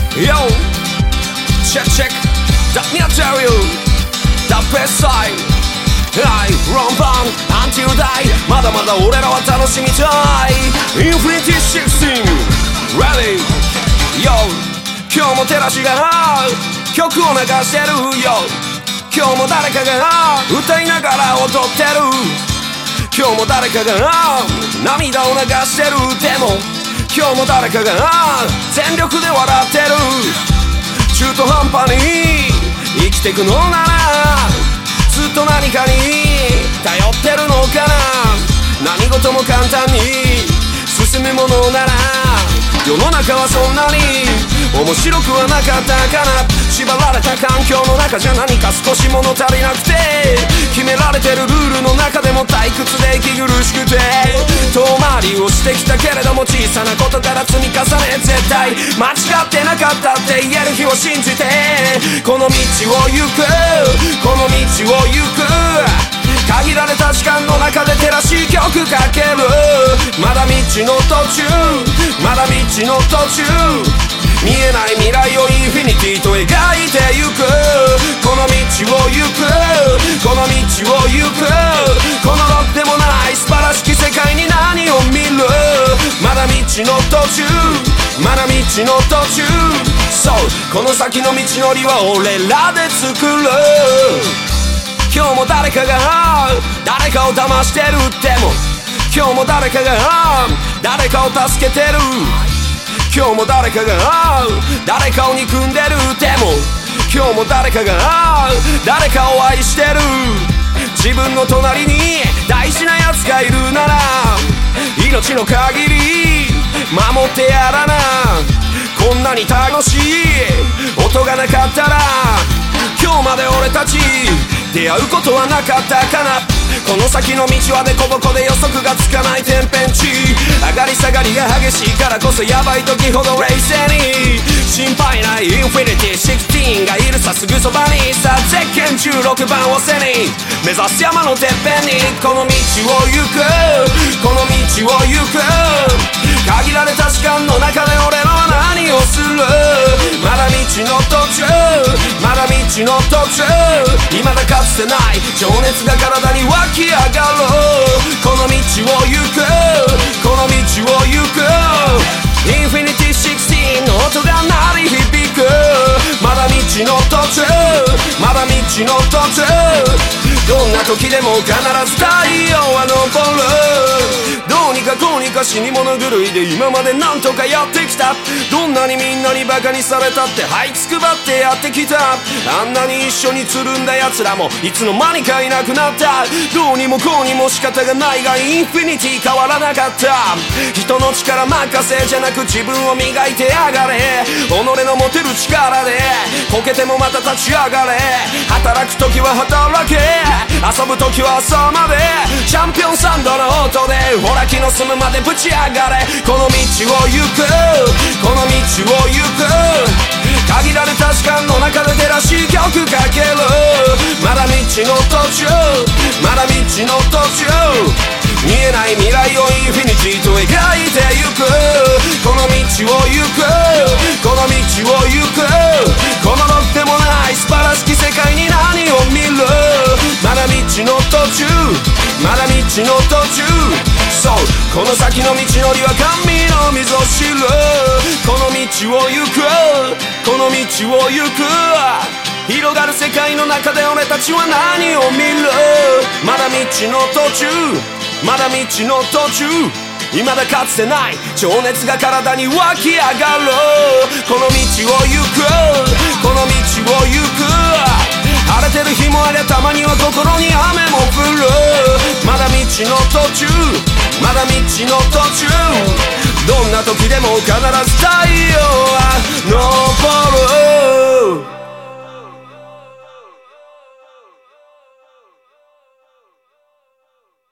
Yo, check check, let me tell you, the best side. I run bang until die. まだまだ俺らは楽しみたい。Infinity 16 Ready Yo 今日も照らしが曲を流してるよ。今日も誰かが歌いながら踊ってる。今日も誰かが涙を流してる。でも今日も誰かが全力で笑ってる。中途半端に生きてくのならずっと何かに頼ってるのかな。何事も簡単に進むものなら世の中はそんなに面白くはなかったかな。縛られた環境の中じゃ何か少し物足りなくて、決められてるルールの中でも退屈で息苦しくて、遠回りをしてきたけれども小さなことから積み重ね絶対間違ってなかったって言える日を信じてこの道を行く、この道を行く。限られた時間の中で照らし曲かける。まだ道の途中、まだ道の途中。見えない未来をインフィニティと描いてゆく。この道を行く、この道を行く。このろくでもない素晴らしき世界に何を見る。まだ道の途中、まだ道の途中。そう、この先の道のりは俺らで作る。今日も誰かが誰かを騙してる。でも今日も誰かが誰かを助けてる。今日も誰かが誰かを憎んでる。でも今日も誰かが誰かを愛してる。自分の隣に大事な奴がいるなら命の限り守ってやらな。こんなに楽しい音がなかったら今日まで俺たち出会うことはなかったかな。この先の道はデコボコで予測がつかない天変地異。上がり下がりが激しいからこそヤバい時ほど冷静に。心配ないインフィニティ16がいるさすぐそばに。さあゼッケン16番を背に目指す山のてっぺんに。この道を行く、この道を行く。限られた時間の中で俺らは何をする。まだ道の途中、まだ道の途中。未だかつてない情熱が体に湧き上がる。この道を行く、この道を行く。インフィニティ16の音が鳴り響く。まだ道の途中、まだ道の途中。どんな時でも必ず太陽は昇る。どうにかこうにか死に物狂いで今までなんとかやってきた。どんなにみんなにバカにされたって這いつくばってやってきた。あんなに一緒につるんだ奴らもいつの間にかいなくなった。どうにもこうにも仕方がないがインフィニティ変わらなかった。人の力任せじゃなく自分を磨いてやがれ。己の持てる力でこけてもまた立ち上がれ。働く時は働け、遊ぶ時は朝まで。チャンピオンサンドの音でほら気の済むまでぶち上がれ。この道を行く、この道を行く。限られた時間の中で照らし曲かける。まだ道の途中、まだ道の途中。見えない未来をインフィニティと描いてゆく。この道を行く、この道を行く。このろくでもない素晴らしき世界に何を見る。まだ道の途中、まだ道の途中。そう、この先の道のりは神の溝知る。この道を行く、この道を行く。広がる世界の中で俺たちは何を見る。まだ道の途中、まだ道の途中。未だかつてない情熱が体に湧き上がる。この道を行く、この道を行く。晴れてる日もありゃたまには心に雨も降る。まだ道の途中、まだ道の途中。どんな時でも必ず太陽は昇る。